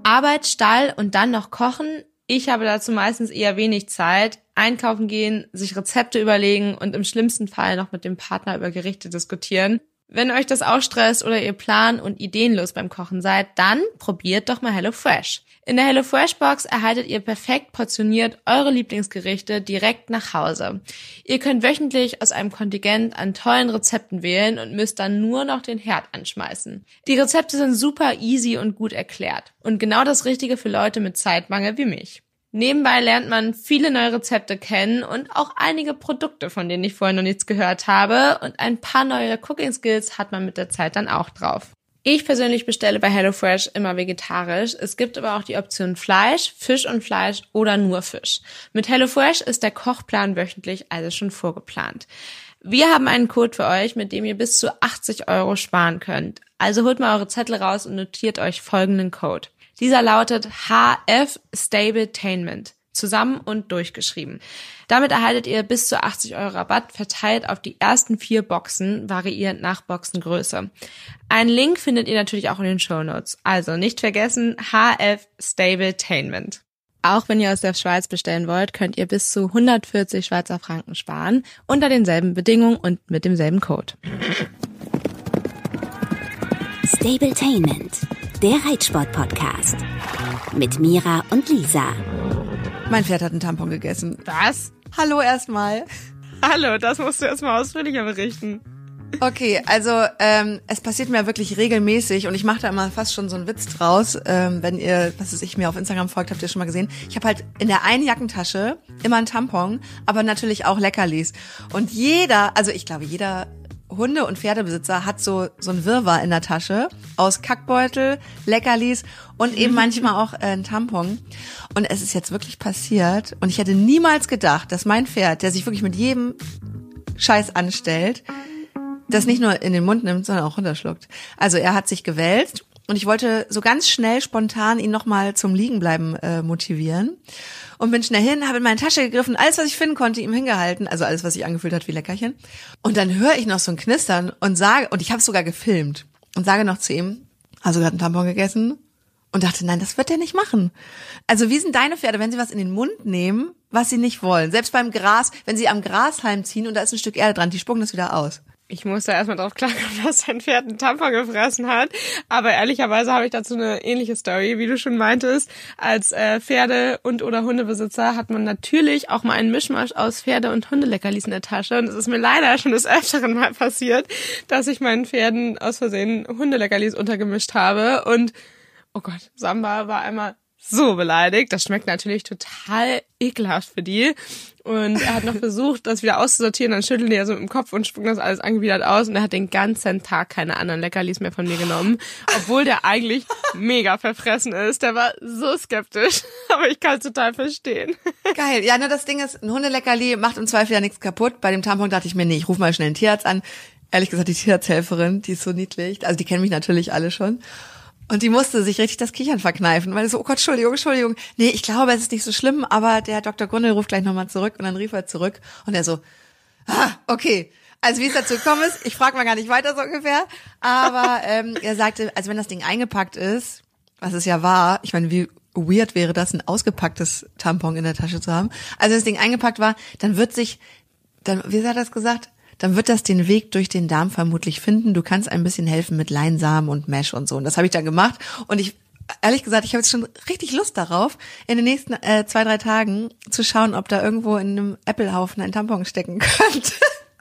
Arbeit, Stall und dann noch kochen. Ich habe dazu meistens eher wenig Zeit. Einkaufen gehen, sich Rezepte überlegen und im schlimmsten Fall noch mit dem Partner über Gerichte diskutieren. Wenn euch das auch stresst oder ihr plan- und ideenlos beim Kochen seid, dann probiert doch mal HelloFresh. In der HelloFresh-Box erhaltet ihr perfekt portioniert eure Lieblingsgerichte direkt nach Hause. Ihr könnt wöchentlich aus einem Kontingent an tollen Rezepten wählen und müsst dann nur noch den Herd anschmeißen. Die Rezepte sind super easy und gut erklärt und genau das Richtige für Leute mit Zeitmangel wie mich. Nebenbei lernt man viele neue Rezepte kennen und auch einige Produkte, von denen ich vorher noch nichts gehört habe, und ein paar neue Cooking-Skills hat man mit der Zeit dann auch drauf. Ich persönlich bestelle bei HelloFresh immer vegetarisch. Es gibt aber auch die Option Fleisch, Fisch und Fleisch oder nur Fisch. Mit HelloFresh ist der Kochplan wöchentlich also schon vorgeplant. Wir haben einen Code für euch, mit dem ihr bis zu 80 € sparen könnt. Also holt mal eure Zettel raus und notiert euch folgenden Code. Dieser lautet HF Stabletainment, zusammen und durchgeschrieben. Damit erhaltet ihr bis zu 80 € Rabatt verteilt auf die ersten 4 Boxen, variierend nach Boxengröße. Einen Link findet ihr natürlich auch in den Shownotes. Also nicht vergessen, HF Stabletainment. Auch wenn ihr aus der Schweiz bestellen wollt, könnt ihr bis zu 140 Schweizer Franken sparen, unter denselben Bedingungen und mit demselben Code. Stabletainment, der Reitsport-Podcast mit Mira und Lisa. Mein Pferd hat einen Tampon gegessen. Was? Hallo erstmal. Hallo, das musst du erstmal ausführlicher berichten. Okay, also es passiert mir wirklich regelmäßig und ich mache da immer fast schon so einen Witz draus. Wenn ihr, was weiß ich, mir auf Instagram folgt, habt ihr schon mal gesehen. Ich habe halt in der einen Jackentasche immer einen Tampon, aber natürlich auch Leckerlis. Und jeder Hunde- und Pferdebesitzer hat so ein Wirrwarr in der Tasche aus Kackbeutel, Leckerlis und eben manchmal auch ein Tampon. Und es ist jetzt wirklich passiert und ich hätte niemals gedacht, dass mein Pferd, der sich wirklich mit jedem Scheiß anstellt, das nicht nur in den Mund nimmt, sondern auch runterschluckt. Also er hat sich gewälzt und ich wollte so ganz schnell spontan ihn nochmal zum Liegenbleiben motivieren. Und bin schnell hin, habe in meine Tasche gegriffen, alles, was ich finden konnte, ihm hingehalten. Also alles, was sich angefühlt hat wie Leckerchen. Und dann höre ich noch so ein Knistern und ich habe es sogar gefilmt und sage noch zu ihm, hast du gerade einen Tampon gegessen? Und dachte, nein, das wird er nicht machen. Also wie sind deine Pferde, wenn sie was in den Mund nehmen, was sie nicht wollen? Selbst beim Gras, wenn sie am Grashalm ziehen und da ist ein Stück Erde dran, die spucken das wieder aus. Ich muss da erstmal drauf klarkommen, dass sein Pferd einen Tampon gefressen hat. Aber ehrlicherweise habe ich dazu eine ähnliche Story, wie du schon meintest. Als Pferde- und oder Hundebesitzer hat man natürlich auch mal einen Mischmasch aus Pferde- und Hundeleckerlis in der Tasche. Und es ist mir leider schon des Öfteren mal passiert, dass ich meinen Pferden aus Versehen Hundeleckerlis untergemischt habe. Und, oh Gott, Samba war einmal so beleidigt. Das schmeckt natürlich total ekelhaft für die. Und er hat noch versucht, das wieder auszusortieren. Dann schüttelt er so mit dem Kopf und spuckt das alles angewidert aus. Und er hat den ganzen Tag keine anderen Leckerlis mehr von mir genommen. Obwohl der eigentlich mega verfressen ist. Der war so skeptisch. Aber ich kann es total verstehen. Geil. Ja, nur das Ding ist, ein Hundeleckerli macht im Zweifel ja nichts kaputt. Bei dem Tampon dachte ich mir, nee, ich rufe mal schnell einen Tierarzt an. Ehrlich gesagt, die Tierarzthelferin, die ist so niedlich. Also die kennen mich natürlich alle schon. Und die musste sich richtig das Kichern verkneifen, weil so, oh Gott, Entschuldigung. Nee, ich glaube, es ist nicht so schlimm, aber der Dr. Grundl ruft gleich nochmal zurück. Und dann rief er zurück und er so, okay. Also wie es dazu gekommen ist, ich frage mal gar nicht weiter so ungefähr. Aber er sagte, also wenn das Ding eingepackt ist, was es ja war, ich meine, wie weird wäre das, ein ausgepacktes Tampon in der Tasche zu haben. Also wenn das Ding eingepackt war, dann wie hat er das gesagt? Dann wird das den Weg durch den Darm vermutlich finden. Du kannst ein bisschen helfen mit Leinsamen und Mesh und so. Und das habe ich dann gemacht. Und ehrlich gesagt, ich habe jetzt schon richtig Lust darauf, in den nächsten 2-3 Tagen zu schauen, ob da irgendwo in einem Äppelhaufen ein Tampon stecken könnte.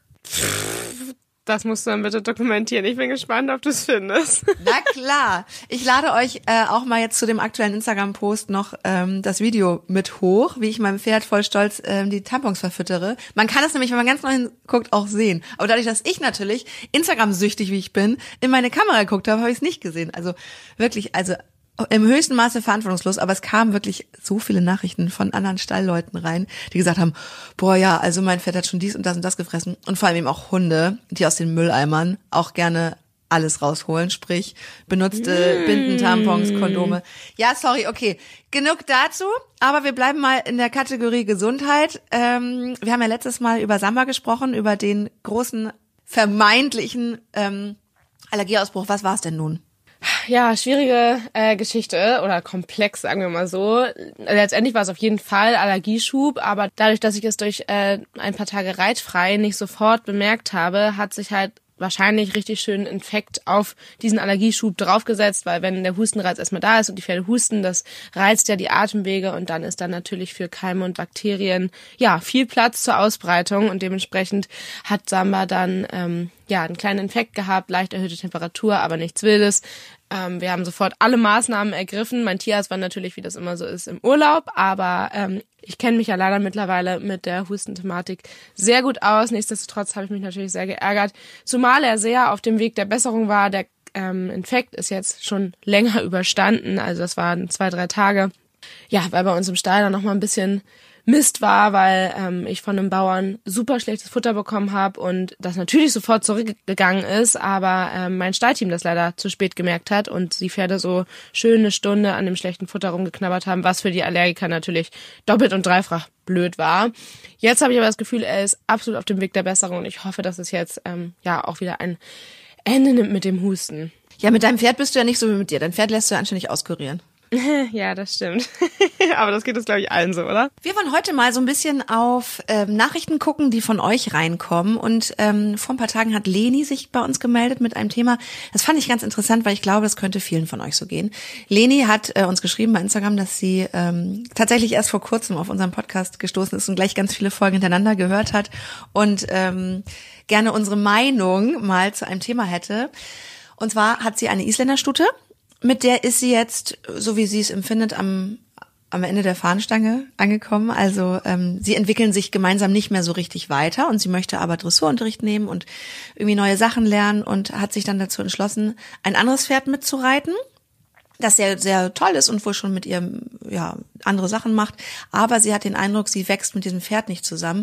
Das musst du dann bitte dokumentieren. Ich bin gespannt, ob du es findest. Na klar. Ich lade euch auch mal jetzt zu dem aktuellen Instagram-Post noch das Video mit hoch, wie ich meinem Pferd voll stolz die Tampons verfüttere. Man kann es nämlich, wenn man ganz neu hinguckt, auch sehen. Aber dadurch, dass ich natürlich Instagram-süchtig, wie ich bin, in meine Kamera geguckt habe ich es nicht gesehen. Also wirklich, im höchsten Maße verantwortungslos, aber es kamen wirklich so viele Nachrichten von anderen Stallleuten rein, die gesagt haben, boah ja, also mein Pferd hat schon dies und das gefressen. Und vor allem eben auch Hunde, die aus den Mülleimern auch gerne alles rausholen, sprich benutzte Binden, Tampons, Kondome. Ja, sorry, okay, genug dazu, aber wir bleiben mal in der Kategorie Gesundheit. Wir haben ja letztes Mal über Samba gesprochen, über den großen vermeintlichen Allergieausbruch. Was war es denn nun? ja, schwierige Geschichte oder komplex, sagen wir mal so. Letztendlich war es auf jeden Fall Allergieschub, aber dadurch, dass ich es durch ein paar Tage reitfrei nicht sofort bemerkt habe, hat sich halt wahrscheinlich richtig schön Infekt auf diesen Allergieschub draufgesetzt, weil wenn der Hustenreiz erstmal da ist und die Pferde husten, das reizt ja die Atemwege und dann ist dann natürlich für Keime und Bakterien ja viel Platz zur Ausbreitung und dementsprechend hat Samba dann einen kleinen Infekt gehabt, leicht erhöhte Temperatur, aber nichts Wildes. Wir haben sofort alle Maßnahmen ergriffen. Mein Tierarzt war natürlich, wie das immer so ist, im Urlaub, aber ich kenne mich ja leider mittlerweile mit der Hustenthematik sehr gut aus. Nichtsdestotrotz habe ich mich natürlich sehr geärgert, zumal er sehr auf dem Weg der Besserung war. Der Infekt ist jetzt schon länger überstanden, also das waren 2-3 Tage. Ja, weil bei uns im Stall dann nochmal ein bisschen Mist war, weil ich von einem Bauern super schlechtes Futter bekommen habe und das natürlich sofort zurückgegangen ist, aber mein Stallteam das leider zu spät gemerkt hat und die Pferde so schön eine Stunde an dem schlechten Futter rumgeknabbert haben, was für die Allergiker natürlich doppelt und dreifach blöd war. Jetzt habe ich aber das Gefühl, er ist absolut auf dem Weg der Besserung und ich hoffe, dass es jetzt auch wieder ein Ende nimmt mit dem Husten. Ja, mit deinem Pferd bist du ja nicht so wie mit dir. Dein Pferd lässt du ja anständig auskurieren. Ja, das stimmt. Aber das geht uns, glaube ich, allen so, oder? Wir wollen heute mal so ein bisschen auf Nachrichten gucken, die von euch reinkommen. Und vor ein paar Tagen hat Leni sich bei uns gemeldet mit einem Thema. Das fand ich ganz interessant, weil ich glaube, das könnte vielen von euch so gehen. Leni hat uns geschrieben bei Instagram, dass sie tatsächlich erst vor kurzem auf unseren Podcast gestoßen ist und gleich ganz viele Folgen hintereinander gehört hat und gerne unsere Meinung mal zu einem Thema hätte. Und zwar hat sie eine Isländerstute. Mit der ist sie jetzt, so wie sie es empfindet, am Ende der Fahnenstange angekommen. Also sie entwickeln sich gemeinsam nicht mehr so richtig weiter und sie möchte aber Dressurunterricht nehmen und irgendwie neue Sachen lernen und hat sich dann dazu entschlossen, ein anderes Pferd mitzureiten, das sehr, sehr toll ist und wohl schon mit ihr andere Sachen macht. Aber sie hat den Eindruck, sie wächst mit diesem Pferd nicht zusammen.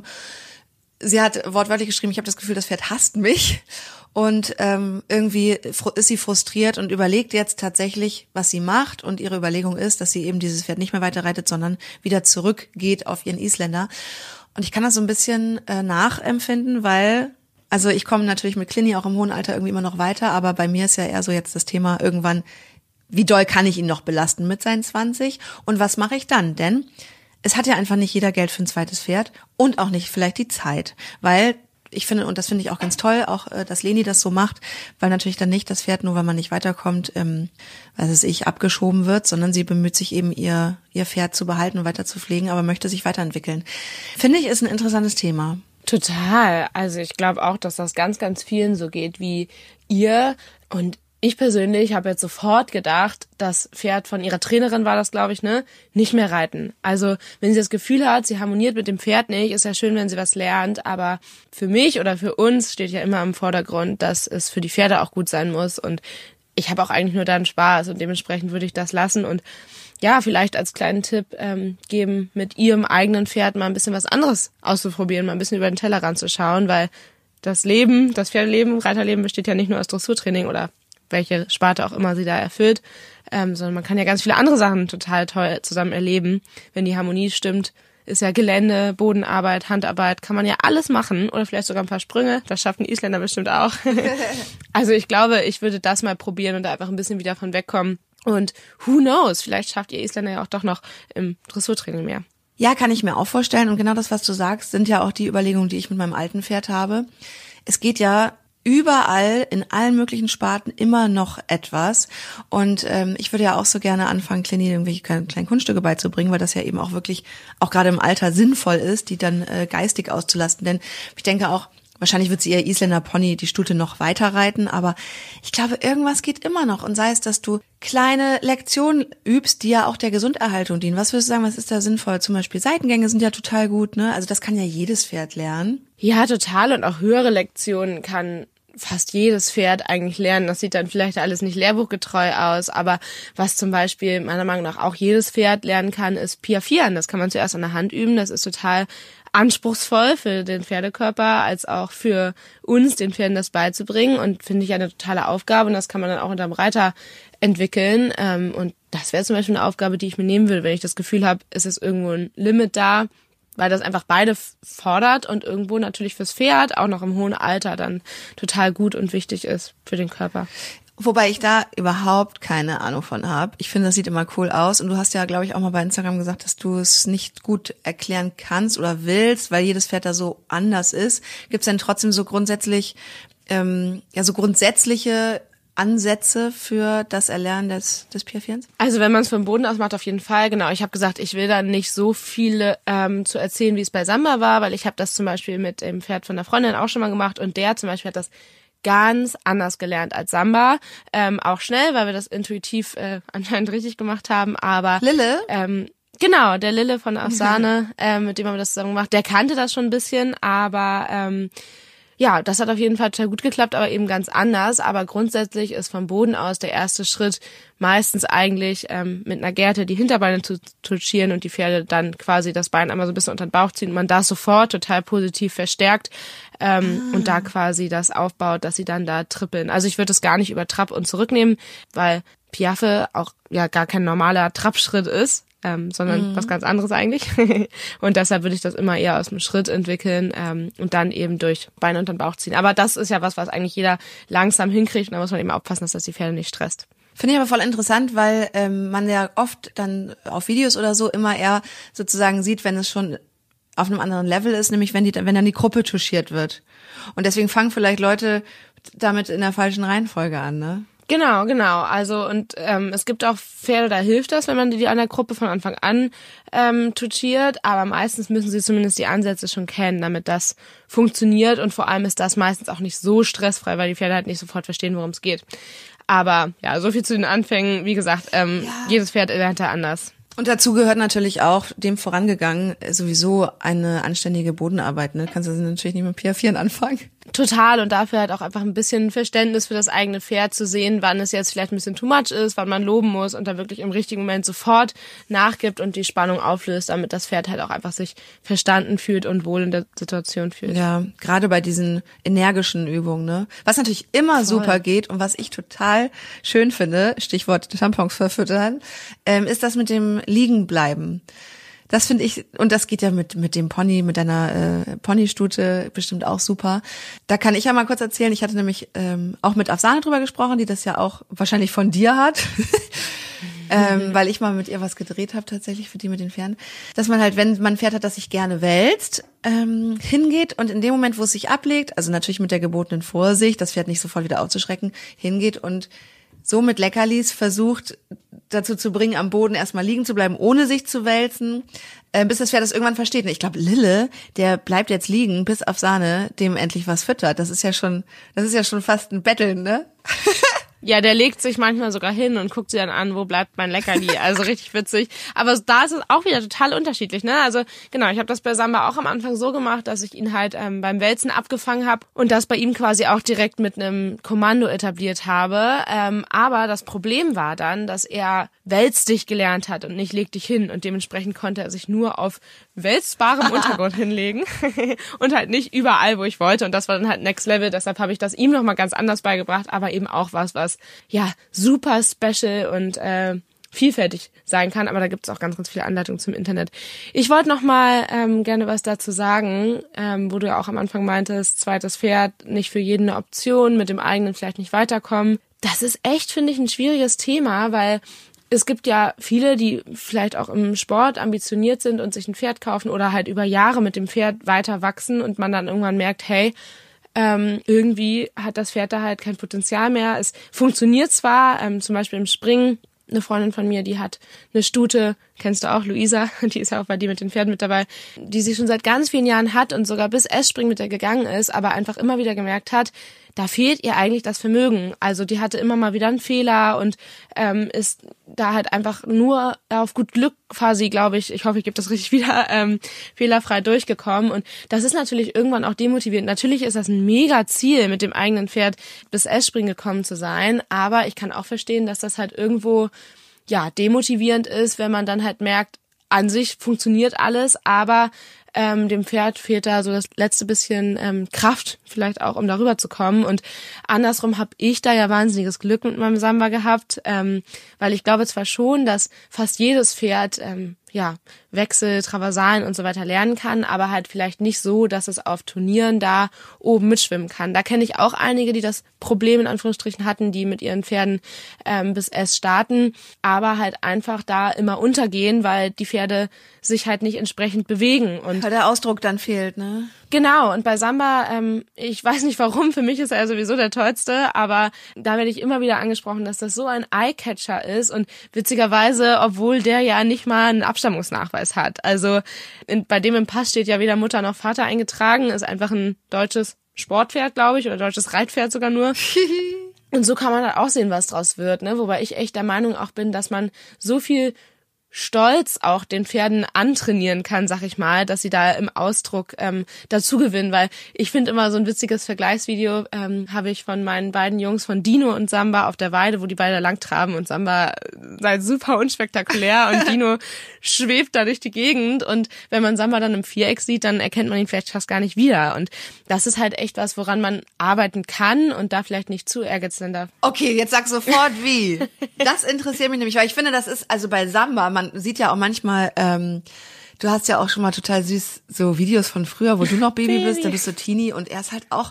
Sie hat wortwörtlich geschrieben, ich habe das Gefühl, das Pferd hasst mich. Und irgendwie ist sie frustriert und überlegt jetzt tatsächlich, was sie macht. Und ihre Überlegung ist, dass sie eben dieses Pferd nicht mehr weiter reitet, sondern wieder zurückgeht auf ihren Isländer. Und ich kann das so ein bisschen nachempfinden, weil, also ich komme natürlich mit Clini auch im hohen Alter irgendwie immer noch weiter, aber bei mir ist ja eher so jetzt das Thema irgendwann, wie doll kann ich ihn noch belasten mit seinen 20? Und was mache ich dann? Denn es hat ja einfach nicht jeder Geld für ein zweites Pferd und auch nicht vielleicht die Zeit, weil ich finde, und das finde ich auch ganz toll, auch, dass Leni das so macht, weil natürlich dann nicht das Pferd, nur weil man nicht weiterkommt, abgeschoben wird, sondern sie bemüht sich eben, ihr Pferd zu behalten und weiter zu pflegen, aber möchte sich weiterentwickeln. Finde ich, ist ein interessantes Thema. Total. Also ich glaube auch, dass das ganz, ganz vielen so geht wie ihr. Und ich persönlich habe jetzt sofort gedacht, das Pferd von ihrer Trainerin war das, glaube ich, nicht mehr reiten. Also wenn sie das Gefühl hat, sie harmoniert mit dem Pferd nicht, ist ja schön, wenn sie was lernt, aber für mich oder für uns steht ja immer im Vordergrund, dass es für die Pferde auch gut sein muss und ich habe auch eigentlich nur dann Spaß und dementsprechend würde ich das lassen und ja, vielleicht als kleinen Tipp geben, mit ihrem eigenen Pferd mal ein bisschen was anderes auszuprobieren, mal ein bisschen über den Tellerrand zu schauen, weil das Pferdeleben, Reiterleben besteht ja nicht nur aus Dressurtraining oder welche Sparte auch immer sie da erfüllt, sondern man kann ja ganz viele andere Sachen total toll zusammen erleben. Wenn die Harmonie stimmt, ist ja Gelände, Bodenarbeit, Handarbeit, kann man ja alles machen oder vielleicht sogar ein paar Sprünge, das schafft ein Isländer bestimmt auch. Also ich glaube, ich würde das mal probieren und da einfach ein bisschen wieder von wegkommen und who knows, vielleicht schafft ihr Isländer ja auch doch noch im Dressurtraining mehr. Ja, kann ich mir auch vorstellen und genau das, was du sagst, sind ja auch die Überlegungen, die ich mit meinem alten Pferd habe. Es geht ja überall, in allen möglichen Sparten immer noch etwas. Und ich würde ja auch so gerne anfangen, Clini irgendwelche kleinen Kunststücke beizubringen, weil das ja eben auch wirklich, auch gerade im Alter sinnvoll ist, die dann geistig auszulasten. Denn ich denke auch, wahrscheinlich wird sie ihr Isländer Pony, die Stute, noch weiter reiten, aber ich glaube, irgendwas geht immer noch. Und sei es, dass du kleine Lektionen übst, die ja auch der Gesunderhaltung dienen. Was würdest du sagen, was ist da sinnvoll? Zum Beispiel Seitengänge sind ja total gut, ne? Also das kann ja jedes Pferd lernen. Ja, total. Und auch höhere Lektionen kann fast jedes Pferd eigentlich lernen. Das sieht dann vielleicht alles nicht lehrbuchgetreu aus, aber was zum Beispiel meiner Meinung nach auch jedes Pferd lernen kann, ist Piaffieren. Das kann man zuerst an der Hand üben. Das ist total anspruchsvoll für den Pferdekörper, als auch für uns, den Pferden das beizubringen und finde ich eine totale Aufgabe und das kann man dann auch unterm Reiter entwickeln und das wäre zum Beispiel eine Aufgabe, die ich mir nehmen würde, wenn ich das Gefühl habe, es ist irgendwo ein Limit da, weil das einfach beide fordert und irgendwo natürlich fürs Pferd auch noch im hohen Alter dann total gut und wichtig ist für den Körper. Wobei ich da überhaupt keine Ahnung von habe. Ich finde, das sieht immer cool aus. Und du hast ja, glaube ich, auch mal bei Instagram gesagt, dass du es nicht gut erklären kannst oder willst, weil jedes Pferd da so anders ist. Gibt es denn trotzdem so grundsätzlich, so grundsätzliche Ansätze für das Erlernen des Piafierens? Also wenn man es vom Boden aus macht, auf jeden Fall. Genau, ich habe gesagt, ich will da nicht so viele zu erzählen, wie es bei Samba war, weil ich habe das zum Beispiel mit dem Pferd von der Freundin auch schon mal gemacht und der zum Beispiel hat das ganz anders gelernt als Samba. Auch schnell, weil wir das intuitiv anscheinend richtig gemacht haben. Aber Lille? Genau, der Lille von Afsane, mit dem haben wir das zusammen gemacht. Der kannte das schon ein bisschen, aber ja, das hat auf jeden Fall total gut geklappt, aber eben ganz anders. Aber grundsätzlich ist vom Boden aus der erste Schritt meistens eigentlich mit einer Gerte die Hinterbeine zu touchieren und die Pferde dann quasi das Bein einmal so ein bisschen unter den Bauch ziehen und man das sofort total positiv verstärkt und da quasi das aufbaut, dass sie dann da trippeln. Also ich würde es gar nicht über Trab und zurücknehmen, weil Piaffe auch ja gar kein normaler Trabschritt ist. Sondern was ganz anderes eigentlich. Und deshalb würde ich das immer eher aus dem Schritt entwickeln und dann eben durch Beine unter den Bauch ziehen. Aber das ist ja was eigentlich jeder langsam hinkriegt. Und da muss man eben aufpassen, dass das die Pferde nicht stresst. Finde ich aber voll interessant, weil man ja oft dann auf Videos oder so immer eher sozusagen sieht, wenn es schon auf einem anderen Level ist, nämlich wenn dann die Gruppe touchiert wird. Und deswegen fangen vielleicht Leute damit in der falschen Reihenfolge an, ne? Genau. Also und es gibt auch Pferde, da hilft das, wenn man die an der Gruppe von Anfang an touchiert, aber meistens müssen sie zumindest die Ansätze schon kennen, damit das funktioniert und vor allem ist das meistens auch nicht so stressfrei, weil die Pferde halt nicht sofort verstehen, worum es geht. Aber ja, so viel zu den Anfängen. Wie gesagt, jedes Pferd lernt da anders. Und dazu gehört natürlich auch, dem vorangegangen, sowieso eine anständige Bodenarbeit, ne? Kannst du natürlich nicht mit Piaffieren anfangen. Total und dafür halt auch einfach ein bisschen Verständnis für das eigene Pferd zu sehen, wann es jetzt vielleicht ein bisschen too much ist, wann man loben muss und da wirklich im richtigen Moment sofort nachgibt und die Spannung auflöst, damit das Pferd halt auch einfach sich verstanden fühlt und wohl in der Situation fühlt. Ja, gerade bei diesen energischen Übungen, ne? Was natürlich immer super geht und was ich total schön finde, Stichwort Tampons verfüttern, ist das mit dem Liegenbleiben. Das finde ich, und das geht ja mit dem Pony, mit deiner Ponystute bestimmt auch super. Da kann ich ja mal kurz erzählen, ich hatte nämlich auch mit Afsane drüber gesprochen, die das ja auch wahrscheinlich von dir hat, weil ich mal mit ihr was gedreht habe tatsächlich für die mit den Pferden, dass man halt, wenn man ein Pferd hat, das sich gerne wälzt, hingeht und in dem Moment, wo es sich ablegt, also natürlich mit der gebotenen Vorsicht, das Pferd nicht sofort wieder aufzuschrecken, hingeht und so mit Leckerlis versucht, dazu zu bringen, am Boden erstmal liegen zu bleiben, ohne sich zu wälzen, bis das Pferd das irgendwann versteht. Und ich glaube, Lille, der bleibt jetzt liegen, bis Afsane dem endlich was füttert. Das ist ja schon fast ein Betteln, ne? Ja, der legt sich manchmal sogar hin und guckt sie dann an, wo bleibt mein Leckerli. Also richtig witzig. Aber da ist es auch wieder total unterschiedlich, ne? Also genau, ich habe das bei Samba auch am Anfang so gemacht, dass ich ihn halt beim Wälzen abgefangen habe und das bei ihm quasi auch direkt mit einem Kommando etabliert habe. Aber das Problem war dann, dass er wälz dich gelernt hat und nicht leg dich hin. Und dementsprechend konnte er sich nur auf wälzbarem Untergrund hinlegen und halt nicht überall, wo ich wollte. Und das war dann halt Next Level. Deshalb habe ich das ihm nochmal ganz anders beigebracht, aber eben auch was ja super special und vielfältig sein kann. Aber da gibt es auch ganz, ganz viele Anleitungen zum Internet. Ich wollte nochmal gerne was dazu sagen, wo du ja auch am Anfang meintest, zweites Pferd, nicht für jeden eine Option, mit dem eigenen vielleicht nicht weiterkommen. Das ist echt, finde ich, ein schwieriges Thema, weil es gibt ja viele, die vielleicht auch im Sport ambitioniert sind und sich ein Pferd kaufen oder halt über Jahre mit dem Pferd weiter wachsen und man dann irgendwann merkt, hey, irgendwie hat das Pferd da halt kein Potenzial mehr. Es funktioniert zwar, zum Beispiel im Springen, eine Freundin von mir, die hat eine Stute, kennst du auch, Luisa, die ist ja auch bei dir mit den Pferden mit dabei, die sie schon seit ganz vielen Jahren hat und sogar bis S-Springen mit der gegangen ist, aber einfach immer wieder gemerkt hat, da fehlt ihr eigentlich das Vermögen. Also die hatte immer mal wieder einen Fehler und ist da halt einfach nur auf gut Glück quasi, glaube ich hoffe, ich gebe das richtig wieder, fehlerfrei durchgekommen. Und das ist natürlich irgendwann auch demotivierend. Natürlich ist das ein mega Ziel, mit dem eigenen Pferd bis S-Springen gekommen zu sein, aber ich kann auch verstehen, dass das halt irgendwo ja demotivierend ist, wenn man dann halt merkt, an sich funktioniert alles, aber dem Pferd fehlt da so das letzte bisschen Kraft vielleicht auch, um darüber zu kommen. Und andersrum habe ich da ja wahnsinniges Glück mit meinem Samba gehabt, weil ich glaube zwar schon, dass fast jedes Pferd Wechsel, Traversalen und so weiter lernen kann, aber halt vielleicht nicht so, dass es auf Turnieren da oben mitschwimmen kann. Da kenne ich auch einige, die das Problem in Anführungsstrichen hatten, die mit ihren Pferden bis S starten, aber halt einfach da immer untergehen, weil die Pferde sich halt nicht entsprechend bewegen. Und weil der Ausdruck dann fehlt, ne? Genau, und bei Samba, ich weiß nicht warum, für mich ist er sowieso der tollste, aber da werde ich immer wieder angesprochen, dass das so ein Eyecatcher ist und witzigerweise, obwohl der ja nicht mal einen Abstammungsnachweis hat. Also bei dem im Pass steht ja weder Mutter noch Vater eingetragen, ist einfach ein deutsches Sportpferd, glaube ich, oder deutsches Reitpferd sogar nur. Und so kann man halt auch sehen, was draus wird, ne? Wobei ich echt der Meinung auch bin, dass man so viel Stolz auch den Pferden antrainieren kann, sag ich mal, dass sie da im Ausdruck dazu gewinnen, weil ich finde immer so ein witziges Vergleichsvideo habe ich von meinen beiden Jungs von Dino und Samba auf der Weide, wo die beide lang traben und Samba sei super unspektakulär und Dino schwebt da durch die Gegend und wenn man Samba dann im Viereck sieht, dann erkennt man ihn vielleicht fast gar nicht wieder und das ist halt echt was, woran man arbeiten kann und da vielleicht nicht zu ehrgeizig sein darf. Okay, jetzt sag sofort wie. Das interessiert mich nämlich, weil ich finde, das ist, also bei Samba, man sieht ja auch manchmal, du hast ja auch schon mal total süß so Videos von früher, wo du noch Baby bist, da bist du Teenie und er ist halt auch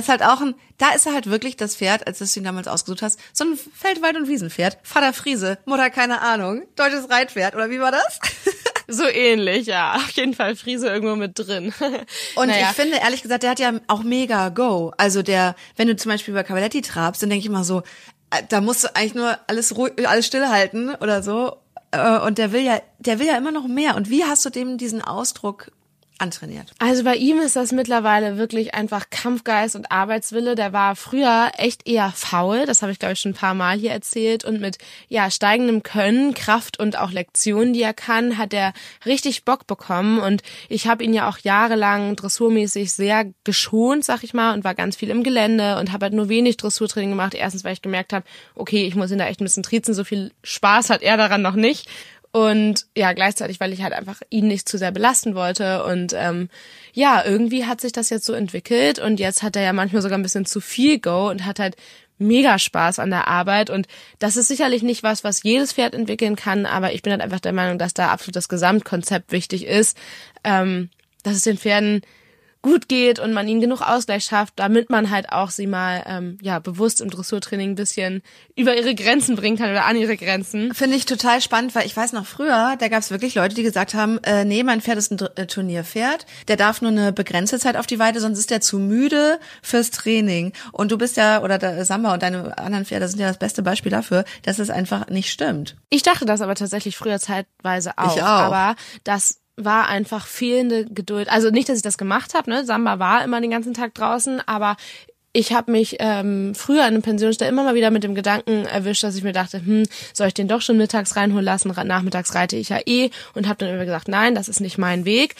da ist er halt wirklich das Pferd, als du ihn damals ausgesucht hast, so ein Feldwald- und Wiesenpferd, Vater Friese, Mutter keine Ahnung, deutsches Reitpferd, oder wie war das? So ähnlich, ja. Auf jeden Fall Friese irgendwo mit drin. Und ich finde, ehrlich gesagt, der hat ja auch mega Go. Also wenn du zum Beispiel über Cavaletti trabst, dann denke ich immer so, da musst du eigentlich nur alles stillhalten oder so. Und der will ja immer noch mehr. Und wie hast du dem diesen Ausdruck antrainiert? Also bei ihm ist das mittlerweile wirklich einfach Kampfgeist und Arbeitswille. Der war früher echt eher faul, das habe ich glaube ich schon ein paar Mal hier erzählt und mit steigendem Können, Kraft und auch Lektionen, die er kann, hat er richtig Bock bekommen und ich habe ihn ja auch jahrelang dressurmäßig sehr geschont, sag ich mal, und war ganz viel im Gelände und habe halt nur wenig Dressurtraining gemacht. Erstens, weil ich gemerkt habe, okay, ich muss ihn da echt ein bisschen triezen, so viel Spaß hat er daran noch nicht. Und gleichzeitig, weil ich halt einfach ihn nicht zu sehr belasten wollte und irgendwie hat sich das jetzt so entwickelt und jetzt hat er ja manchmal sogar ein bisschen zu viel Go und hat halt mega Spaß an der Arbeit und das ist sicherlich nicht was jedes Pferd entwickeln kann, aber ich bin halt einfach der Meinung, dass da absolut das Gesamtkonzept wichtig ist, dass es den Pferden gut geht und man ihnen genug Ausgleich schafft, damit man halt auch sie mal bewusst im Dressurtraining ein bisschen über ihre Grenzen bringen kann oder an ihre Grenzen. Finde ich total spannend, weil ich weiß noch früher, da gab es wirklich Leute, die gesagt haben, nee, mein Pferd ist ein Turnierpferd, der darf nur eine begrenzte Zeit auf die Weide, sonst ist der zu müde fürs Training. Und du bist ja, oder der Samba und deine anderen Pferde sind ja das beste Beispiel dafür, dass es einfach nicht stimmt. Ich dachte das aber tatsächlich früher zeitweise auch. Ich auch. Aber das war einfach fehlende Geduld. Also nicht, dass ich das gemacht habe, ne? Samba war immer den ganzen Tag draußen, aber ich habe mich früher in einem Pensionsstall immer mal wieder mit dem Gedanken erwischt, dass ich mir dachte, soll ich den doch schon mittags reinholen lassen? Nachmittags reite ich ja und habe dann immer gesagt, nein, das ist nicht mein Weg.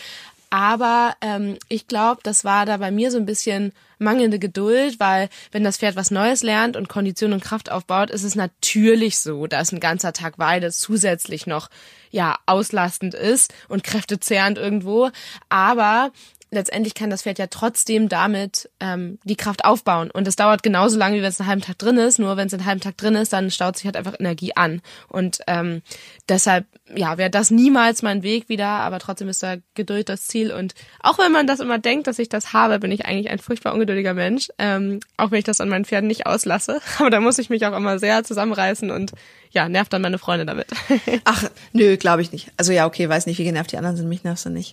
Aber ich glaube, das war da bei mir so ein bisschen mangelnde Geduld, weil wenn das Pferd was Neues lernt und Kondition und Kraft aufbaut, ist es natürlich so, dass ein ganzer Tag Weide zusätzlich noch auslastend ist und kräftezehrend irgendwo. Aber letztendlich kann das Pferd ja trotzdem damit die Kraft aufbauen. Und es dauert genauso lange, wie wenn es einen halben Tag drin ist. Nur wenn es einen halben Tag drin ist, dann staut sich halt einfach Energie an. Und deshalb, wäre das niemals mein Weg wieder. Aber trotzdem ist da Geduld das Ziel. Und auch wenn man das immer denkt, dass ich das habe, bin ich eigentlich ein furchtbar ungeduldiger Mensch. Auch wenn ich das an meinen Pferden nicht auslasse. Aber da muss ich mich auch immer sehr zusammenreißen und nervt dann meine Freunde damit. Ach, nö, glaube ich nicht. Also okay, weiß nicht, wie genervt die anderen sind, mich nervst du nicht.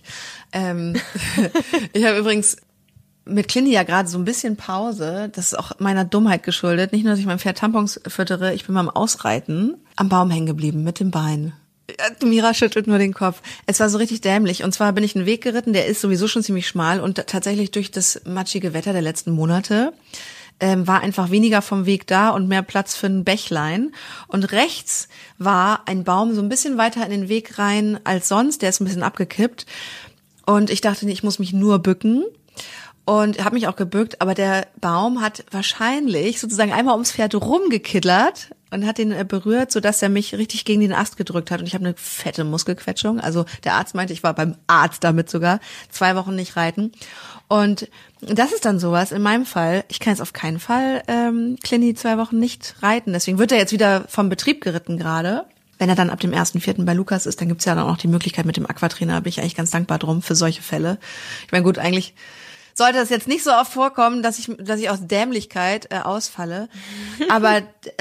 Ich habe übrigens mit Clini ja gerade so ein bisschen Pause. Das ist auch meiner Dummheit geschuldet. Nicht nur, dass ich mein Pferd Tampons füttere, ich bin beim Ausreiten am Baum hängen geblieben mit dem Bein. Mira schüttelt nur den Kopf. Es war so richtig dämlich. Und zwar bin ich einen Weg geritten, der ist sowieso schon ziemlich schmal und tatsächlich durch das matschige Wetter der letzten Monate war einfach weniger vom Weg da und mehr Platz für ein Bächlein. Und rechts war ein Baum so ein bisschen weiter in den Weg rein als sonst. Der ist ein bisschen abgekippt. Und ich dachte, ich muss mich nur bücken. Und habe mich auch gebückt. Aber der Baum hat wahrscheinlich sozusagen einmal ums Pferd rumgekittert und hat den berührt, sodass er mich richtig gegen den Ast gedrückt hat. Und ich habe eine fette Muskelquetschung. Also der Arzt meinte, ich war beim Arzt damit sogar 2 Wochen nicht reiten. Und das ist dann sowas. In meinem Fall, ich kann jetzt auf keinen Fall Clini 2 Wochen nicht reiten. Deswegen wird er jetzt wieder vom Betrieb geritten gerade. Wenn er dann ab dem 1.4. bei Lukas ist, dann gibt's ja dann auch die Möglichkeit mit dem Aquatrainer. Da bin ich eigentlich ganz dankbar drum für solche Fälle. Ich meine, gut, eigentlich sollte es jetzt nicht so oft vorkommen, dass ich aus Dämlichkeit ausfalle. Aber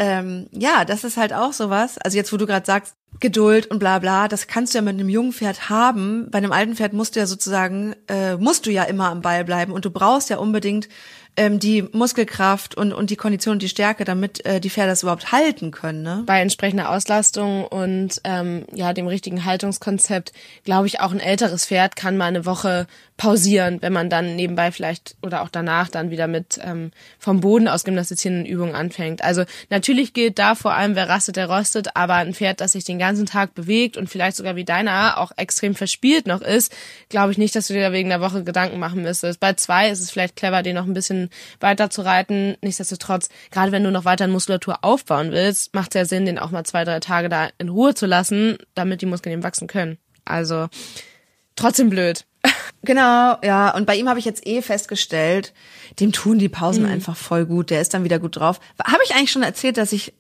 ja, das ist halt auch sowas. Also jetzt, wo du gerade sagst, Geduld und bla bla, das kannst du ja mit einem jungen Pferd haben. Bei einem alten Pferd musst du ja sozusagen, musst du ja immer am Ball bleiben und du brauchst ja unbedingt die Muskelkraft und die Kondition und die Stärke, damit die Pferde das überhaupt halten können. Ne? Bei entsprechender Auslastung und ja dem richtigen Haltungskonzept, glaube ich, auch ein älteres Pferd kann mal eine Woche pausieren, wenn man dann nebenbei vielleicht oder auch danach dann wieder mit vom Boden aus gymnastizierenden Übungen anfängt. Also natürlich gilt da vor allem, wer rastet, der rostet, aber ein Pferd, das sich den ganzen Tag bewegt und vielleicht sogar wie deiner auch extrem verspielt noch ist, glaube ich nicht, dass du dir da wegen der Woche Gedanken machen müsstest. Bei 2 ist es vielleicht clever, den noch ein bisschen weiter zu reiten. Nichtsdestotrotz, gerade wenn du noch weiter Muskulatur aufbauen willst, macht es ja Sinn, den auch mal 2-3 Tage da in Ruhe zu lassen, damit die Muskeln eben wachsen können. Also trotzdem blöd. Genau, ja. Und bei ihm habe ich jetzt festgestellt, dem tun die Pausen einfach voll gut. Der ist dann wieder gut drauf. Habe ich eigentlich schon erzählt, dass ich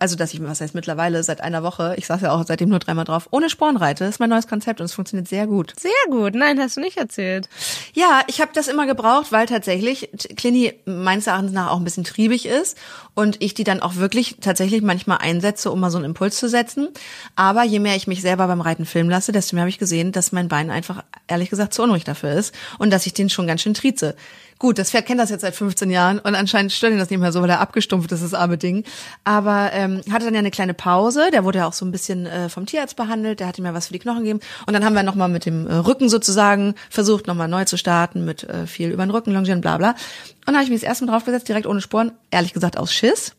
was heißt mittlerweile, seit einer Woche, ich saß ja auch seitdem nur 3-mal drauf, ohne Sporen reite. Das ist mein neues Konzept und es funktioniert sehr gut. Sehr gut. Nein, hast du nicht erzählt. Ja, ich habe das immer gebraucht, weil tatsächlich Clini meines Erachtens nach auch ein bisschen triebig ist und ich die dann auch wirklich tatsächlich manchmal einsetze, um mal so einen Impuls zu setzen. Aber je mehr ich mich selber beim Reiten filmen lasse, desto mehr habe ich gesehen, dass mein Bein einfach, ehrlich gesagt, zu unruhig dafür ist und dass ich den schon ganz schön trieze. Gut, das Pferd kennt das jetzt seit 15 Jahren und anscheinend stört ihn das nicht mehr so, weil er abgestumpft ist, das arme Ding. Aber hatte dann ja eine kleine Pause, der wurde ja auch so ein bisschen vom Tierarzt behandelt, der hat ihm ja was für die Knochen gegeben. Und dann haben wir nochmal mit dem Rücken sozusagen versucht, nochmal neu zu starten, mit viel über den Rücken, Longieren, bla bla. Und dann habe ich mich das erste Mal draufgesetzt, direkt ohne Sporen, ehrlich gesagt aus Schiss.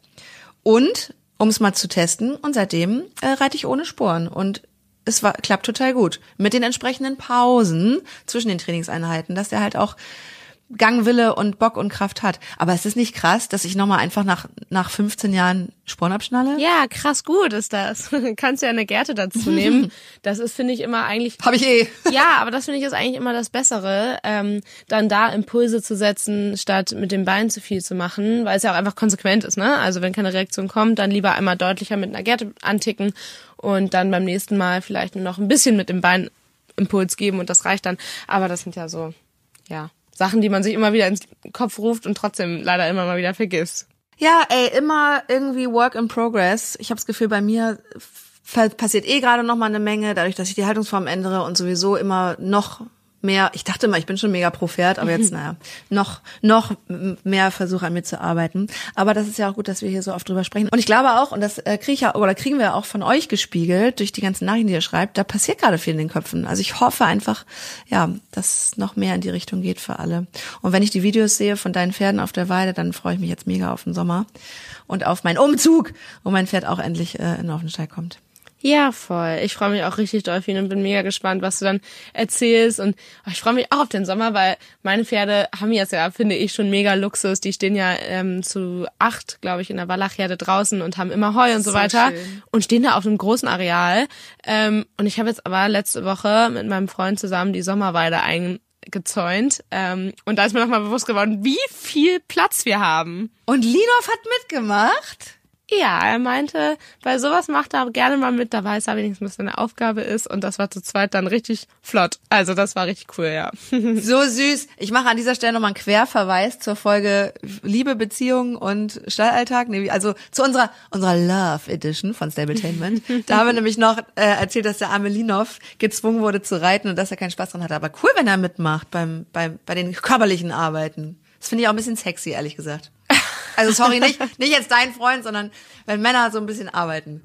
Und, um es mal zu testen, und seitdem reite ich ohne Sporen. Und es klappt total gut. Mit den entsprechenden Pausen zwischen den Trainingseinheiten, dass der halt auch Gangwille und Bock und Kraft hat. Aber es ist nicht krass, dass ich nochmal einfach nach 15 Jahren Sporen abschnalle? Ja, krass gut ist das. Kannst ja eine Gerte dazu nehmen. Das ist, finde ich, immer eigentlich... Hab ich Ja, aber das finde ich ist eigentlich immer das Bessere, dann da Impulse zu setzen, statt mit dem Bein zu viel zu machen, weil es ja auch einfach konsequent ist, ne? Also wenn keine Reaktion kommt, dann lieber einmal deutlicher mit einer Gerte anticken und dann beim nächsten Mal vielleicht nur noch ein bisschen mit dem Bein Impuls geben und das reicht dann. Aber das sind ja so, ja... Sachen, die man sich immer wieder ins Kopf ruft und trotzdem leider immer mal wieder vergisst. Ja, immer irgendwie Work in Progress. Ich habe das Gefühl, bei mir passiert gerade noch mal eine Menge, dadurch, dass ich die Haltungsform ändere und sowieso immer noch mehr, ich dachte immer, ich bin schon mega pro Pferd, aber jetzt, noch mehr versuche an mir zu arbeiten. Aber das ist ja auch gut, dass wir hier so oft drüber sprechen. Und ich glaube auch, und das kriegen wir auch von euch gespiegelt, durch die ganzen Nachrichten, die ihr schreibt, da passiert gerade viel in den Köpfen. Also ich hoffe einfach, ja, dass noch mehr in die Richtung geht für alle. Und wenn ich die Videos sehe von deinen Pferden auf der Weide, dann freue ich mich jetzt mega auf den Sommer und auf meinen Umzug, wo mein Pferd auch endlich in den Offenstall kommt. Ja, voll. Ich freue mich auch richtig doll auf ihn und bin mega gespannt, was du dann erzählst. Und ich freue mich auch auf den Sommer, weil meine Pferde haben jetzt ja, finde ich, schon mega Luxus. Die stehen ja zu 8, glaube ich, in der Wallachherde draußen und haben immer Heu und so weiter. Schön. Und stehen da auf einem großen Areal. Und ich habe jetzt aber letzte Woche mit meinem Freund zusammen die Sommerweide eingezäunt. Und da ist mir nochmal bewusst geworden, wie viel Platz wir haben. Und Linov hat mitgemacht? Ja, er meinte, bei sowas macht er gerne mal mit, da weiß er wenigstens, was seine Aufgabe ist und das war zu zweit dann richtig flott. Also das war richtig cool, ja. So süß. Ich mache an dieser Stelle nochmal einen Querverweis zur Folge Liebe, Beziehung und Stallalltag, also zu unserer Love Edition von Stabletainment. Da haben wir nämlich noch erzählt, dass der arme Linov gezwungen wurde zu reiten und dass er keinen Spaß dran hatte. Aber cool, wenn er mitmacht bei den körperlichen Arbeiten. Das finde ich auch ein bisschen sexy, ehrlich gesagt. Also sorry, nicht jetzt dein Freund, sondern wenn Männer so ein bisschen arbeiten.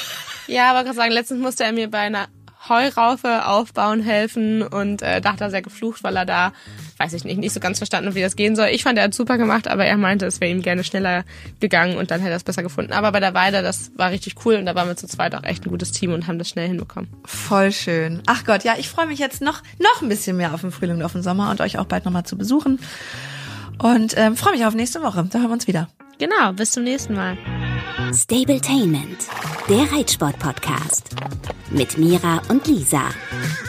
Ja, aber ich kann sagen, letztens musste er mir bei einer Heuraufe aufbauen helfen und da hat er sehr geflucht, weil er da, weiß ich nicht so ganz verstanden hat, wie das gehen soll. Ich fand, er hat super gemacht, aber er meinte, es wäre ihm gerne schneller gegangen und dann hätte er es besser gefunden. Aber bei der Weide, das war richtig cool und da waren wir zu zweit auch echt ein gutes Team und haben das schnell hinbekommen. Voll schön. Ach Gott, ja, ich freue mich jetzt noch ein bisschen mehr auf den Frühling und auf den Sommer und euch auch bald nochmal zu besuchen. Und freue mich auf nächste Woche. Da hören wir uns wieder. Genau, bis zum nächsten Mal. Stabletainment, der Reitsport-Podcast mit Mira und Lisa.